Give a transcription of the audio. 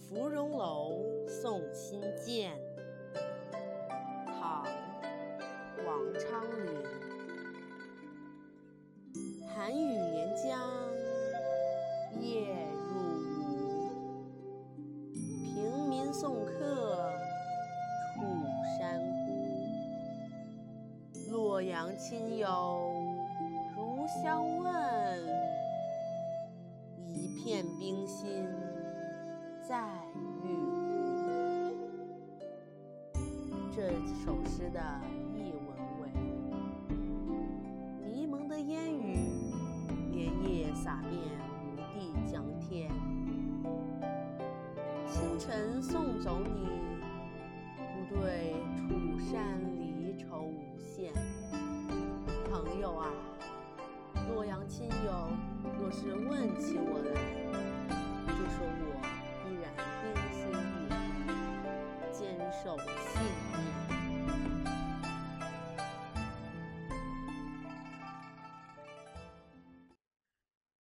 芙蓉楼送辛渐，唐·王昌龄。寒雨连江夜入吴，平明送客楚山孤。洛阳亲友如相问，一片冰心在玉壶。这首诗的译文为：迷蒙的烟雨连夜洒遍吴地江天，清晨送走你，不对楚山离愁无限。朋友啊，洛阳亲友若是问起我来，